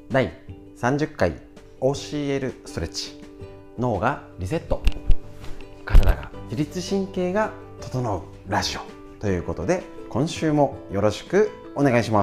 第30回 OCL ストレッチ、脳がリセット、体が自律神経が整うラジオということで、今週もよろしくお願いします。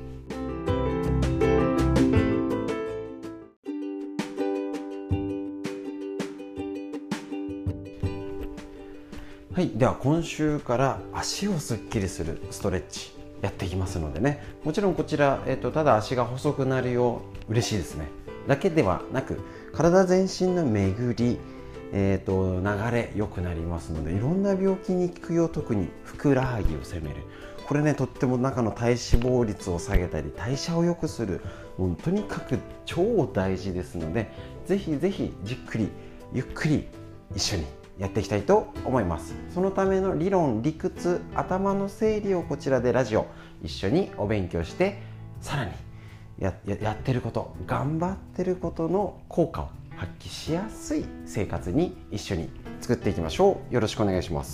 はい、では今週から足をすっきりするストレッチやっていきますのでね、もちろんこちら、ただ足が細くなるよう嬉しいですねだけではなく、体全身の巡り、流れ良くなりますので、いろんな病気に効くよ。特にふくらはぎを攻める、これね、とっても中の体脂肪率を下げたり代謝を良くする、もうとにかく超大事ですので、ぜひぜひじっくりゆっくり一緒にやっていきたいと思います。そのための理論、理屈、頭の整理をこちらでラジオ一緒にお勉強して、さらにやってること、頑張ってることの効果を発揮しやすい生活に一緒に作っていきましょう。よろしくお願いします。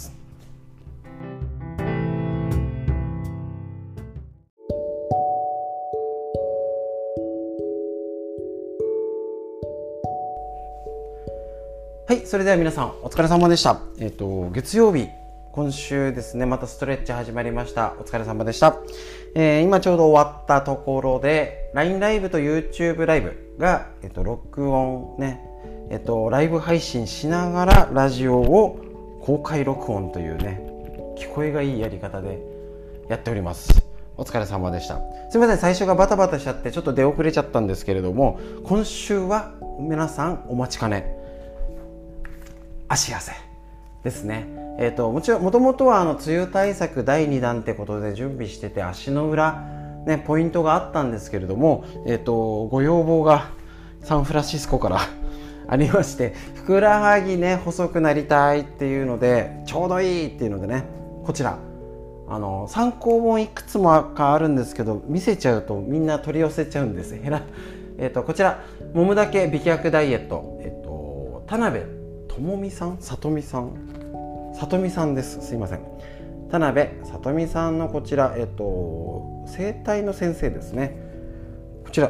はい、それでは皆さんお疲れ様でした。月曜日、今週ですね、またストレッチ始まりました。お疲れ様でした。今ちょうど終わったところで LINE ライブと YouTube ライブが、録音ね、ライブ配信しながらラジオを公開録音というね、聞こえがいいやり方でやっております。お疲れ様でした。すみません、最初がバタバタしちゃってちょっと出遅れちゃったんですけれども、今週は皆さんお待ちかね、足痩せですね。もともとは梅雨対策第2弾ってことで準備してて、足の裏、ね、ポイントがあったんですけれども、ご要望がサンフランシスコからありまして、ふくらはぎね、細くなりたいっていうので、ちょうどいいっていうのでね、こちら参考本いくつもあるんですけど、見せちゃうとみんな取り寄せちゃうんです。こちらもむだけ美脚ダイエット、田辺智美さん、里美さんです。すいません。田辺里美さんのこちら、整体の先生ですね。こちら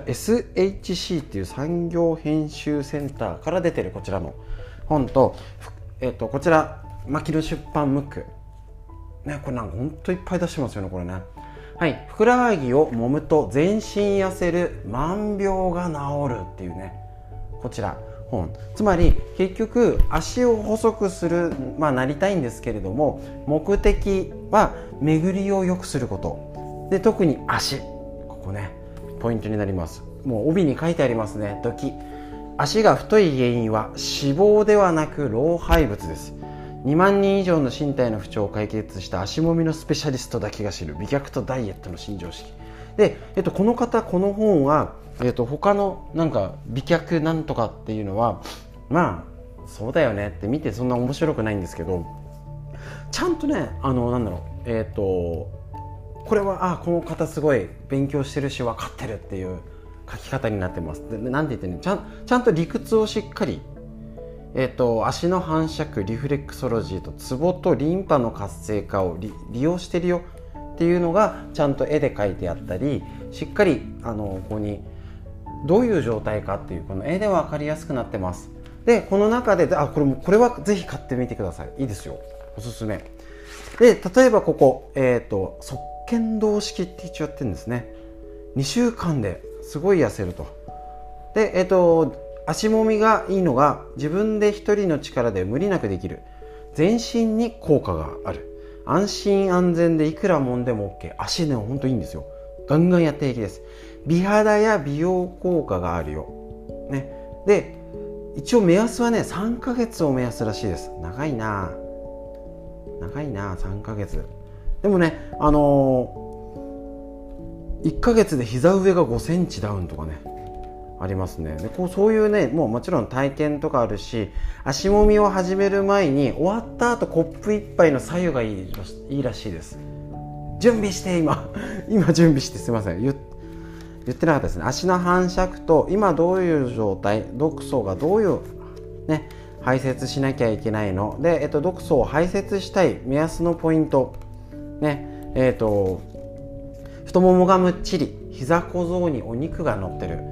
SHC っていう産業編集センターから出てるこちらの本と、こちら牧野出版ムックね、これなんかほんといっぱい出してますよね、これね。はい、ふくらはぎを揉むと全身痩せる、万病が治るっていうね、こちら本。つまり結局足を細くする、なりたいんですけれども、目的は巡りを良くすることで、特に足、ここねポイントになります。もう帯に書いてありますね。足が太い原因は脂肪ではなく老廃物です。2万人以上の身体の不調を解決した足もみのスペシャリストだけが知る美脚とダイエットの新常識で、この方、この本は他のなんか美脚なんとかっていうのは、そうだよねって見てそんな面白くないんですけど、ちゃんとね、これはこの方すごい勉強してるし分かってるっていう書き方になってます。で、なんて言ってね、ちゃんと理屈をしっかり、足の反射区、リフレクソロジーとツボとリンパの活性化を利用してるよっていうのがちゃんと絵で描いてあったり、しっかりここにどういう状態かっていうこの絵で分かりやすくなってます。で、この中でこれはぜひ買ってみてください。いいですよ、おすすめで。例えばここ、側剣道式って一応やってるんですね。2週間ですごい痩せると。で、足もみがいいのが、自分で一人の力で無理なくできる、全身に効果がある、安心安全でいくらもんでも OK。 足ね、ほんといいんですよ。ガンガンやって平気です。美肌や美容効果があるよ、ね、で一応目安はね、3ヶ月を目安らしいです。長いな3ヶ月でもね、1ヶ月で膝上が5センチダウンとかね、ありますね。で、そういうね、もちろん体験とかあるし、足もみを始める前に終わった後コップ1杯の白湯がいいらしいです。準備して今準備して、すいません、言ってなかったですね。足の反射区と今どういう状態、毒素がどういうね排泄しなきゃいけないので、毒素を排泄したい目安のポイントね、太ももがむっちり、膝小僧にお肉が乗ってる、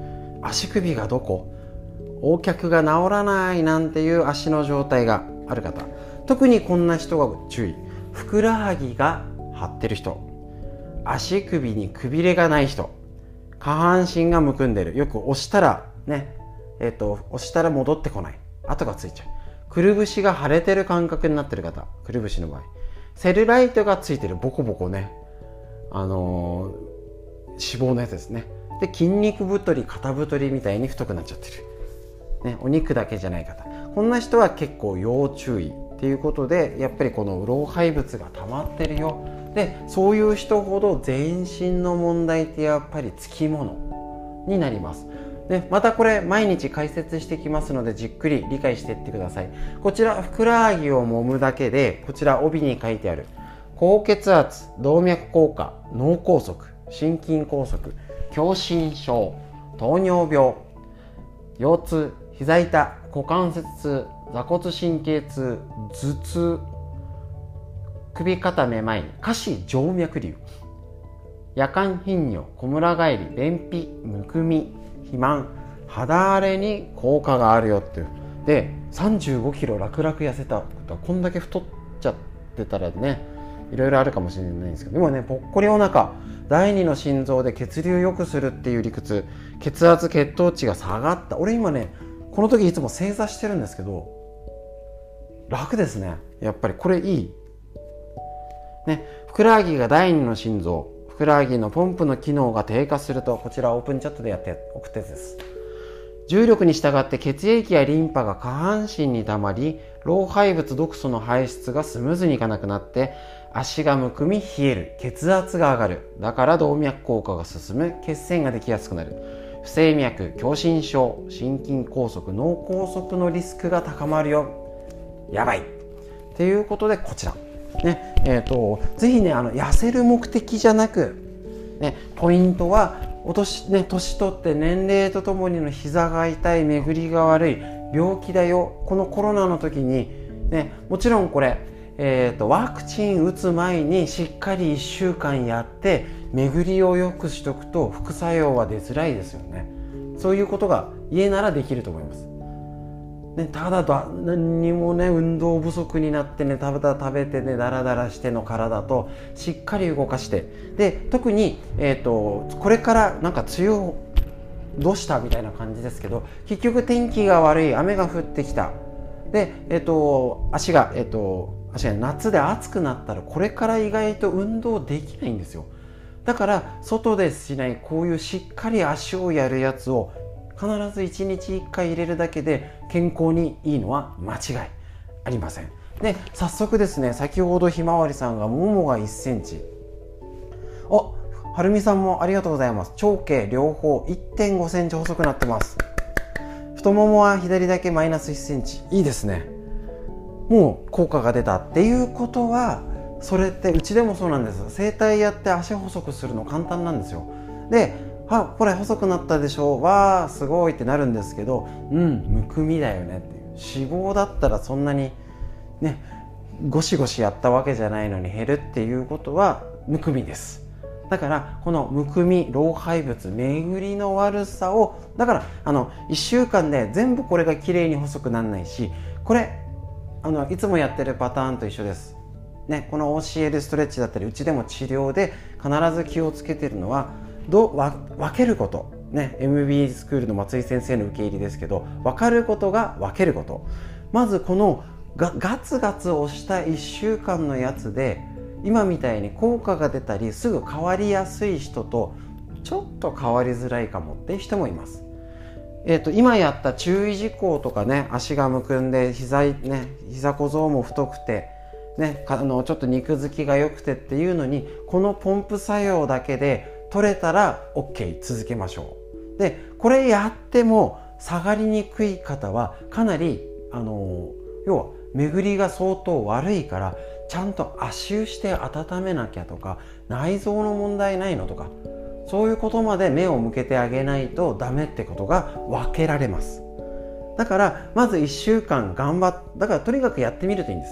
足首がどこ、横脚が治らないなんていう足の状態がある方、特にこんな人が注意。ふくらはぎが張ってる人、足首にくびれがない人、下半身がむくんでる、よく押したらね、押したら戻ってこない、跡がついちゃう、くるぶしが腫れてる感覚になってる方、くるぶしの場合セルライトがついてる、ボコボコね、脂肪のやつですね。で、筋肉太り、肩太りみたいに太くなっちゃってる、ね、お肉だけじゃない方、こんな人は結構要注意っていうことで、やっぱりこの老廃物が溜まってるよ。で、そういう人ほど全身の問題ってやっぱりつきものになります。で、またこれ毎日解説してきますので、じっくり理解していってください。こちらふくらはぎを揉むだけで、こちら帯に書いてある高血圧、動脈硬化、脳梗塞、心筋梗塞、狭心症、糖尿病、腰痛、膝痛、股関節痛、座骨神経痛、頭痛、首肩めまい、下肢静脈瘤、夜間頻尿、こむら返り、便秘、むくみ、肥満、肌荒れに効果があるよっていう。で、35キロ楽々痩せたことは、こんだけ太っちゃってたらね、いろいろあるかもしれないんですけど、でもね、ぽっこりお腹、第二の心臓で血流を良くするっていう理屈、血圧血糖値が下がった。俺今ね、この時いつも正座してるんですけど、楽ですね。やっぱりこれいいね。ふくらはぎが第二の心臓、ふくらはぎのポンプの機能が低下すると、こちらオープンチャットでやって送ったやつです。重力に従って血液やリンパが下半身に溜まり、老廃物毒素の排出がスムーズにいかなくなって、足がむくみ冷える、血圧が上がる。だから動脈硬化が進む、血栓ができやすくなる。不整脈、狭心症、心筋梗塞、脳梗塞のリスクが高まるよ。やばいっていうことで、こちらね、ぜひね、痩せる目的じゃなく、ね、ポイントは年取って年齢とともにの膝が痛い、巡りが悪い、病気だよ。このコロナの時に、ね、もちろんこれ、ワクチン打つ前にしっかり1週間やって巡りを良くしとくと副作用は出づらいですよね。そういうことが家ならできると思います。ね、ただ何にもね、運動不足になってね、食べてね、ダラダラしての体としっかり動かして、で、特に、これからなんか梅雨どうしたみたいな感じですけど、結局天気が悪い、雨が降ってきた。で、足が夏で暑くなったら、これから意外と運動できないんですよ。だから外でしない、こういうしっかり足をやるやつを必ず1日1回入れるだけで健康にいいのは間違いありません。で、早速ですね、先ほどひまわりさんがももが1センチ、はるみさんもありがとうございます。長径両方 1.5 センチ細くなってます。太ももは左だけマイナス1センチ。いいですね。もう効果が出たっていうことは、それってうちでもそうなんです。整体やって足細くするの簡単なんですよ。で、これ細くなったでしょ、わーすごいってなるんですけど、むくみだよねっていう。脂肪だったらそんなにね、ゴシゴシやったわけじゃないのに減るっていうことはむくみです。だからこのむくみ、老廃物、巡りの悪さを、だから1週間で全部これがきれいに細くならないし、これいつもやってるパターンと一緒です、ね。この OCL ストレッチだったり、うちでも治療で必ず気をつけてるのは分けること、ね、MB スクールの松井先生の受け入れですけど、分かることが分けること。まずこのガツガツ押した1週間のやつで今みたいに効果が出たりすぐ変わりやすい人と、ちょっと変わりづらいかもっていう人もいます。今やった注意事項とかね、足がむくんで膝小僧も太くてね、ちょっと肉付きが良くてっていうのに、このポンプ作用だけで取れたら OK、 続けましょう。で、これやっても下がりにくい方はかなり要は巡りが相当悪いから、ちゃんと足湯して温めなきゃとか、内臓の問題ないのとか、そういうことまで目を向けてあげないとダメってことが分けられます。だからまず1週間頑張って、だからとにかくやってみるといいんです。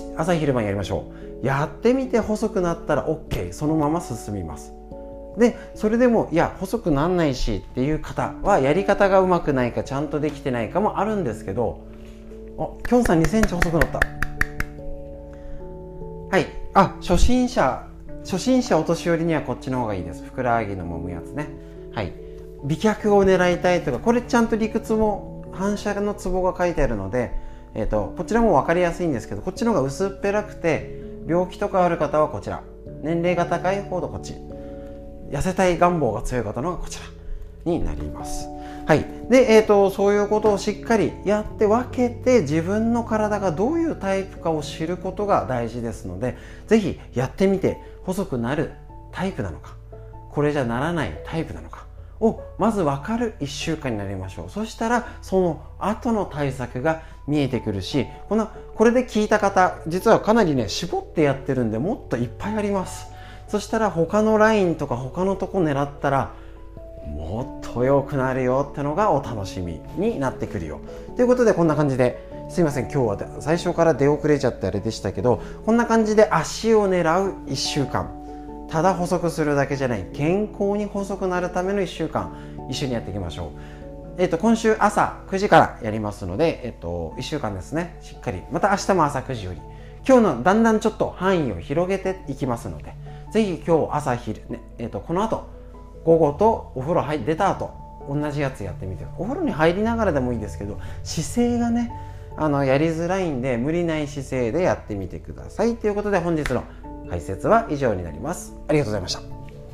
朝昼晩やりましょう。やってみて細くなったら OK、 そのまま進みます。 でそれでもいや細くなんないしっていう方はやり方がうまくないかちゃんとできてないかもあるんですけど、きょんさん2センチ細くなった。はい、初心者お年寄りにはこっちの方がいいです。ふくらはぎの揉むやつね。はい、美脚を狙いたいとか、これちゃんと理屈も反射のツボが書いてあるので、こちらも分かりやすいんですけど、こっちの方が薄っぺらくて病気とかある方はこちら、年齢が高いほどこっち、痩せたい願望が強い方のがこちらになります。はい、で、そういうことをしっかりやって分けて、自分の体がどういうタイプかを知ることが大事ですので、ぜひやってみて、細くなるタイプなのか、これじゃならないタイプなのかをまず分かる1週間になりましょう。そしたらその後の対策が見えてくるし、これで聞いた方、実はかなりね絞ってやってるんで、もっといっぱいあります。そしたら他のラインとか他のとこ狙ったらもっと良くなるよってのがお楽しみになってくるよということで、こんな感じで、すいません今日は最初から出遅れちゃってあれでしたけど、こんな感じで足を狙う1週間、ただ細くするだけじゃない、健康に細くなるための1週間一緒にやっていきましょう。今週朝9時からやりますので、1週間ですね、しっかりまた明日も朝9時より、今日のだんだんちょっと範囲を広げていきますので、ぜひ今日朝昼、ねこの後午後とお風呂出た後同じやつやってみて、お風呂に入りながらでもいいですけど、姿勢がねやりづらいんで無理ない姿勢でやってみてくださいということで、本日の解説は以上になります。ありがとうございました。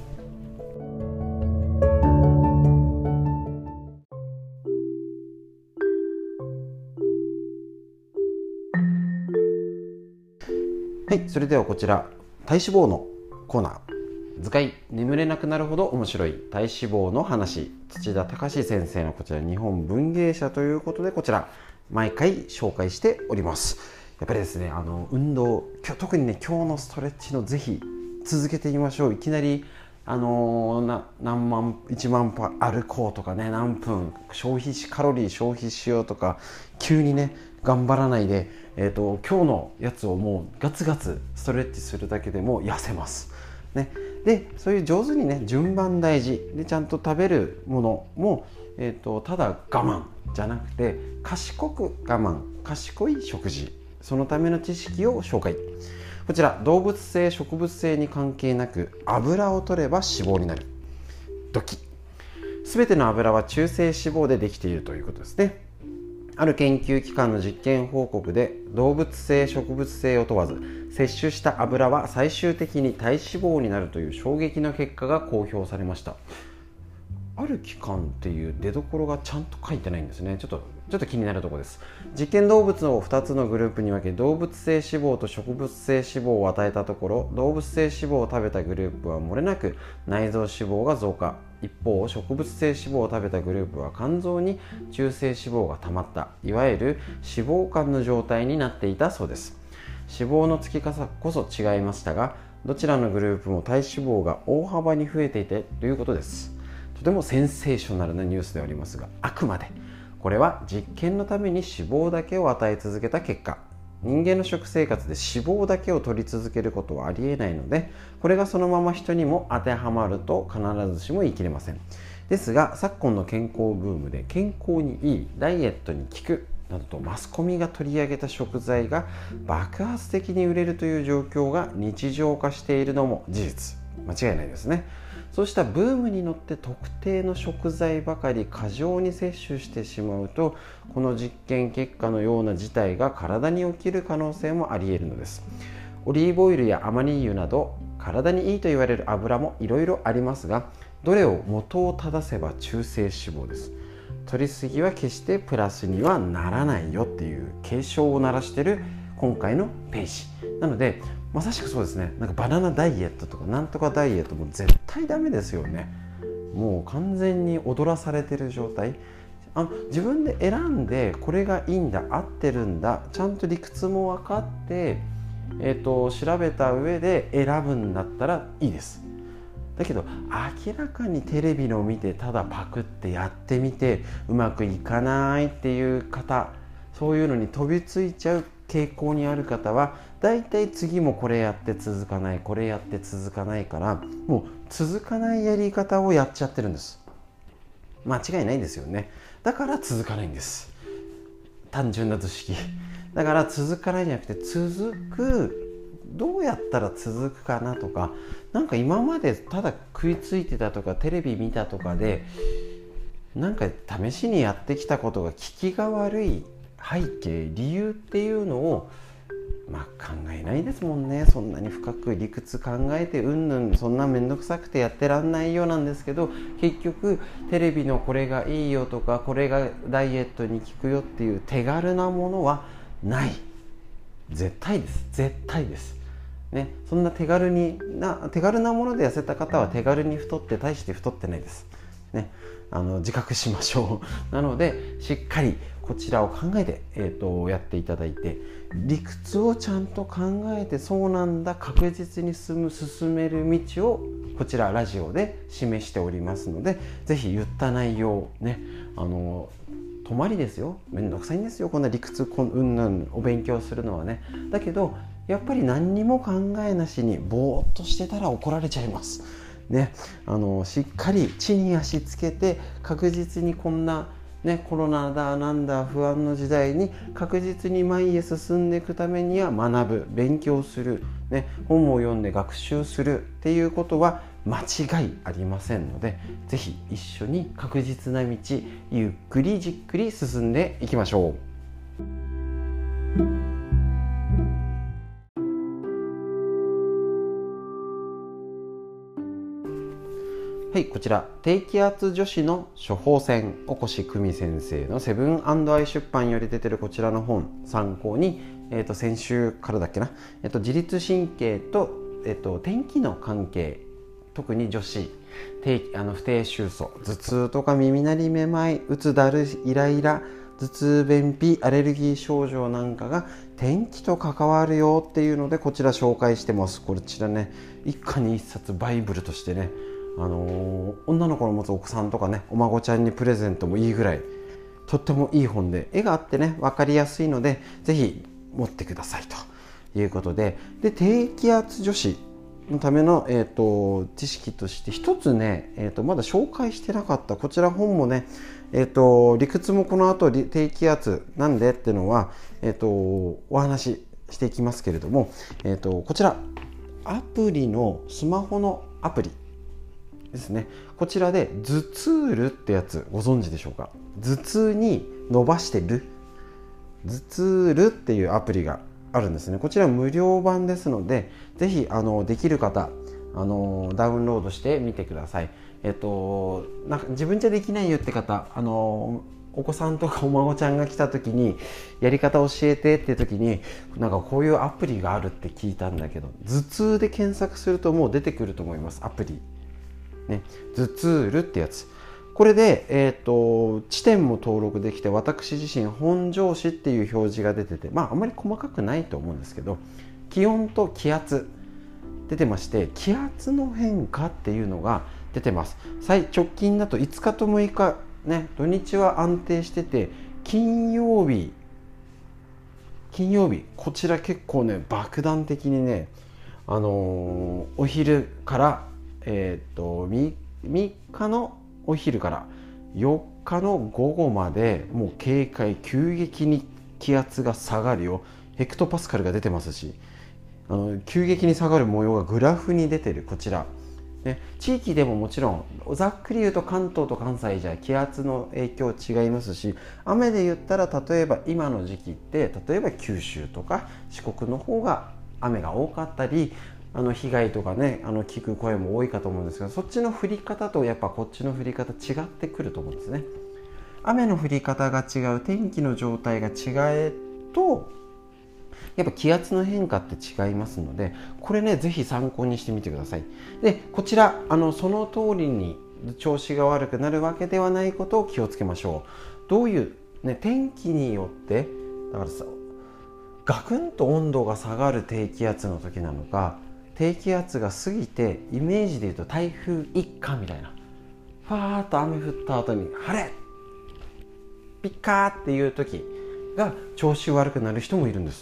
はい、それではこちら体脂肪のコーナー、図解眠れなくなるほど面白い体脂肪の話、土田隆先生のこちら日本文芸社ということで、こちら毎回紹介しております。やっぱりですね、運動、特にね今日のストレッチのぜひ続けてみましょう。いきなり1万歩歩こうとかね、何分カロリー消費しようとか急にね頑張らないで、今日のやつをもうガツガツストレッチするだけでも痩せますね。でそういう上手にね、順番大事で、ちゃんと食べるものも、ただ我慢じゃなくて賢く我慢、賢い食事、そのための知識を紹介。こちら動物性植物性に関係なく油を取れば脂肪になる。ドキ。すべての油は中性脂肪でできているということですね。ある研究機関の実験報告で、動物性植物性を問わず摂取した油は最終的に体脂肪になるという衝撃の結果が公表されました。ある機関っていう出どころがちゃんと書いてないんですね。ちょっと気になるところです。実験動物を2つのグループに分け、動物性脂肪と植物性脂肪を与えたところ、動物性脂肪を食べたグループは漏れなく内臓脂肪が増加。一方、植物性脂肪を食べたグループは肝臓に中性脂肪が溜まった、いわゆる脂肪肝の状態になっていたそうです。脂肪のつき方こそ違いましたが、どちらのグループも体脂肪が大幅に増えていてということです。とてもセンセーショナルなニュースではありますが、あくまでこれは実験のために脂肪だけを与え続けた結果、人間の食生活で脂肪だけを取り続けることはありえないので、これがそのまま人にも当てはまると必ずしも言い切れません。ですが、昨今の健康ブームで健康にいい、ダイエットに効くなどとマスコミが取り上げた食材が爆発的に売れるという状況が日常化しているのも事実、間違いないですね。そうしたブームに乗って特定の食材ばかり過剰に摂取してしまうと、この実験結果のような事態が体に起きる可能性もあり得るのです。オリーブオイルやアマニ油など体にいいと言われる油もいろいろありますが、どれを元を正せば中性脂肪です。摂りすぎは決してプラスにはならないよっていう警鐘を鳴らしている今回のページなので、まさしくそうですね。なんかバナナダイエットとかなんとかダイエットも絶対ダメですよね。もう完全に踊らされてる状態。自分で選んでこれがいいんだ、合ってるんだ、ちゃんと理屈も分かって、調べた上で選ぶんだったらいいです。だけど明らかにテレビの見てただパクってやってみてうまくいかないっていう方、そういうのに飛びついちゃう傾向にある方はだいたい次もこれやって続かない、これやって続かないから、もう続かないやり方をやっちゃってるんです。間違いないですよね。だから続かないんです。単純な図式だから、続かないじゃなくて続く、どうやったら続くかなとか、なんか今までただ食いついてたとかテレビ見たとかでなんか試しにやってきたことが効きが悪い背景、理由っていうのを考えないですもんね。そんなに深く理屈考えてそんな面倒くさくてやってらんないようなんですけど、結局テレビのこれがいいよとか、これがダイエットに効くよっていう手軽なものはない。絶対です、絶対ですね。そんな手軽なもので痩せた方は手軽に太って大して太ってないですね。自覚しましょうなので、しっかりこちらを考えて、やっていただいて、理屈をちゃんと考えて、そうなんだ、確実に進める道をこちらラジオで示しておりますので、ぜひ言った内容ね、泊まりですよ、めんどくさいんですよ、こんな理屈お勉強するのはね。だけどやっぱり何にも考えなしにぼーっとしてたら怒られちゃいますね。しっかり地に足つけて、確実にこんなね、コロナだなんだ不安の時代に確実に前へ進んでいくためには、学ぶ、勉強する、ね、本を読んで学習するっていうことは間違いありませんので、ぜひ一緒に確実な道、ゆっくりじっくり進んでいきましょう。はい、こちら低気圧女子の処方箋、お越久美先生のセブン&アイ出版より出てるこちらの本参考に、先週からだっけな、自律神経と、天気の関係、特に女子不定収束、頭痛とか耳鳴りめまい、うつだるイライラ、頭痛便秘、アレルギー症状なんかが天気と関わるよっていうので、こちら紹介してます。こちらね、一家に一冊バイブルとしてね、女の子の持つお子さんとかね、お孫ちゃんにプレゼントもいいぐらいとってもいい本で、絵があってね分かりやすいので、ぜひ持ってくださいということで、低気圧女子のための、知識として一つね、まだ紹介してなかったこちら本もね、理屈もこの後低気圧なんでっていうのは、お話ししていきますけれども、こちらアプリのスマホのアプリですね。こちらで頭痛るってやつご存知でしょうか。頭痛に伸ばしてる頭痛るっていうアプリがあるんですね。こちら無料版ですので、ぜひできる方ダウンロードしてみてください。なんか自分じゃできないよって方、お子さんとかお孫ちゃんが来た時にやり方教えてって時に、なんかこういうアプリがあるって聞いたんだけど、頭痛で検索するともう出てくると思います。アプリね、頭痛るってやつ。これで、地点も登録できて、私自身本庄市っていう表示が出てて、あんまり細かくないと思うんですけど、気温と気圧出てまして、気圧の変化っていうのが出てます。直近だと5日と6日ね、土日は安定してて、金曜日こちら結構ね、爆弾的にね、お昼から3日のお昼から4日の午後まで、もう急激に気圧が下がるよ。ヘクトパスカルが出てますし、急激に下がる模様がグラフに出てるこちら、ね、地域でももちろんざっくり言うと関東と関西じゃ気圧の影響違いますし、雨で言ったら例えば今の時期って例えば九州とか四国の方が雨が多かったり、被害とかね聞く声も多いかと思うんですが、そっちの降り方とやっぱこっちの降り方違ってくると思うんですね。雨の降り方が違う、天気の状態が違うとやっぱ気圧の変化って違いますので、これねぜひ参考にしてみてください。でこちらその通りに調子が悪くなるわけではないことを気をつけましょう。どういう、天気によってだからさ、ガクンと温度が下がる低気圧の時なのか、低気圧が過ぎてイメージで言うと台風一過みたいな、ファーッと雨降った後に晴れピッカーっていう時が調子悪くなる人もいるんです。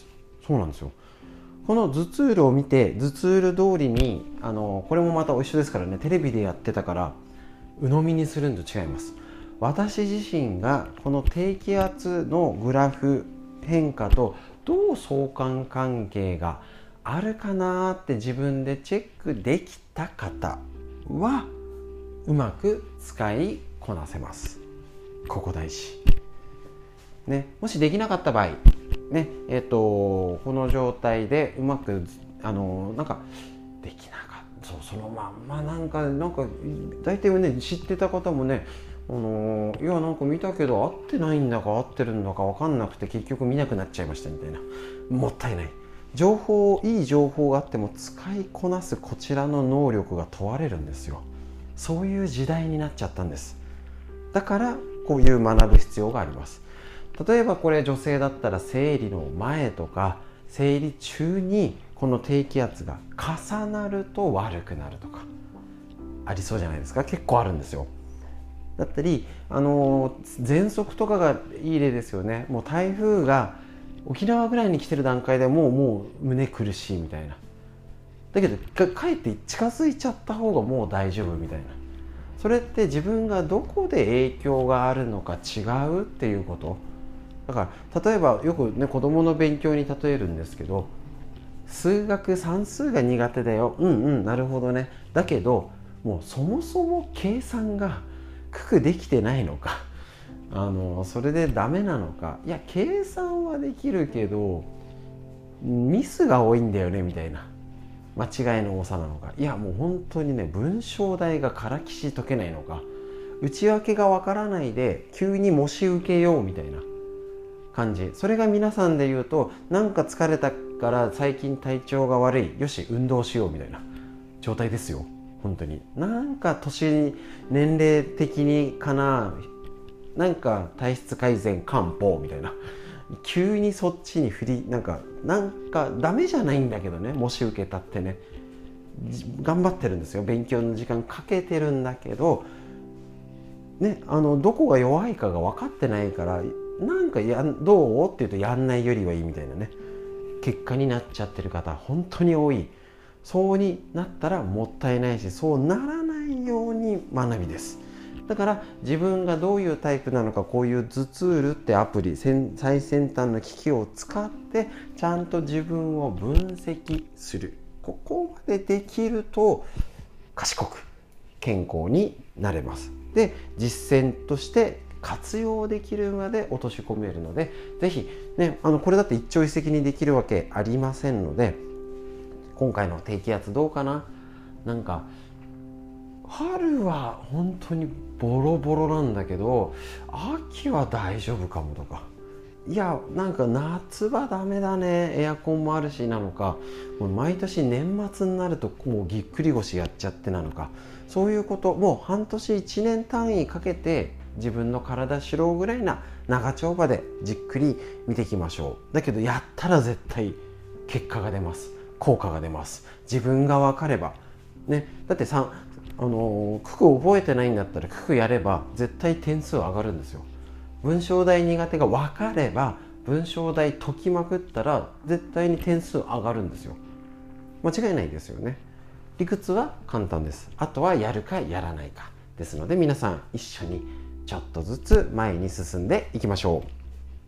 そうなんですよ。この頭痛ルを見て頭痛ル通りにこれもまた一緒ですからね、テレビでやってたから鵜呑みにするんと違います。私自身がこの低気圧のグラフ変化とどう相関関係があるかなって自分でチェックできた方はうまく使いこなせます。ここ大事、ね、もしできなかった場合ね、この状態でうまくなんかできなかった、そのまんまなんか大体ね知ってた方もね、いやなんか見たけど合ってないんだか合ってるんだか分かんなくて結局見なくなっちゃいましたみたいな。もったいない。いい情報があっても使いこなすこちらの能力が問われるんですよ。そういう時代になっちゃったんです。だからこういう学ぶ必要があります。例えばこれ女性だったら生理の前とか生理中にこの低気圧が重なると悪くなるとかありそうじゃないですか。結構あるんですよ。だったり喘息とかがいい例ですよね。もう台風が沖縄ぐらいに来てる段階でもう胸苦しいみたいな。だけどかえって近づいちゃった方がもう大丈夫みたいな。それって自分がどこで影響があるのか違うっていうこと。だから例えばよくね子供の勉強に例えるんですけど、数学算数が苦手だよ、なるほどね。だけどもうそもそも計算が九九できてないのかそれでダメなのか、いや計算はできるけどミスが多いんだよねみたいな、間違いの多さなのか、いやもう本当にね文章題がからきし解けないのか、内訳がわからないで急に模試受けようみたいな感じ。それが皆さんで言うとなんか疲れたから最近体調が悪い、よし運動しようみたいな状態ですよ。本当になんか年齢的にかな、なんか体質改善漢方みたいな、急にそっちになんかダメじゃないんだけどね、模試受けたってね頑張ってるんですよ。勉強の時間かけてるんだけどね、どこが弱いかが分かってないから、なんかどうって言うとやんないよりはいいみたいなね結果になっちゃってる方本当に多い。そうになったらもったいないし、そうならないように学びです。だから自分がどういうタイプなのか、こういう頭痛ルってアプリ、最先端の機器を使ってちゃんと自分を分析する、ここまでできると賢く健康になれます。で実践として活用できるまで落とし込めるので、ぜひねこれだって一朝一夕にできるわけありませんので、今回の低気圧どうかな、なんか春は本当にボロボロなんだけど秋は大丈夫かもとか、いやなんか夏はダメだねエアコンもあるしなのか、もう毎年年末になるともうぎっくり腰やっちゃってなのか、そういうこともう半年1年単位かけて自分の体知ろうぐらいな長丁場でじっくり見ていきましょう。だけどやったら絶対結果が出ます、効果が出ます。自分が分かればね。だって九九覚えてないんだったら九九やれば絶対点数上がるんですよ。文章題苦手が分かれば文章題解きまくったら絶対に点数上がるんですよ。間違いないですよね。理屈は簡単です。あとはやるかやらないかですので、皆さん一緒にちょっとずつ前に進んでいきましょう。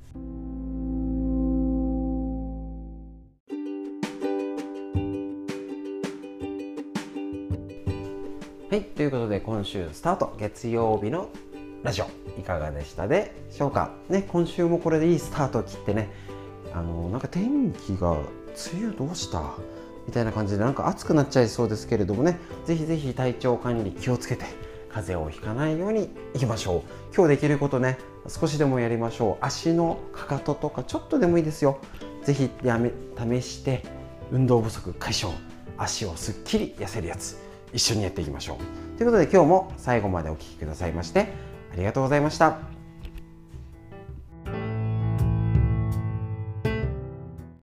はい、ということで今週スタート、月曜日のラジオいかがでしたでしょうかね。今週もこれでいいスタートを切ってね、なんか天気が梅雨どうしたみたいな感じでなんか暑くなっちゃいそうですけれどもね、ぜひぜひ体調管理気をつけて風邪をひかないようにいきましょう。今日できることね少しでもやりましょう。足のかかととかちょっとでもいいですよ。ぜひ試して運動不足解消、足をすっきり痩せるやつ一緒にやっていきましょう。ということで今日も最後までお聞きくださいましてありがとうございました。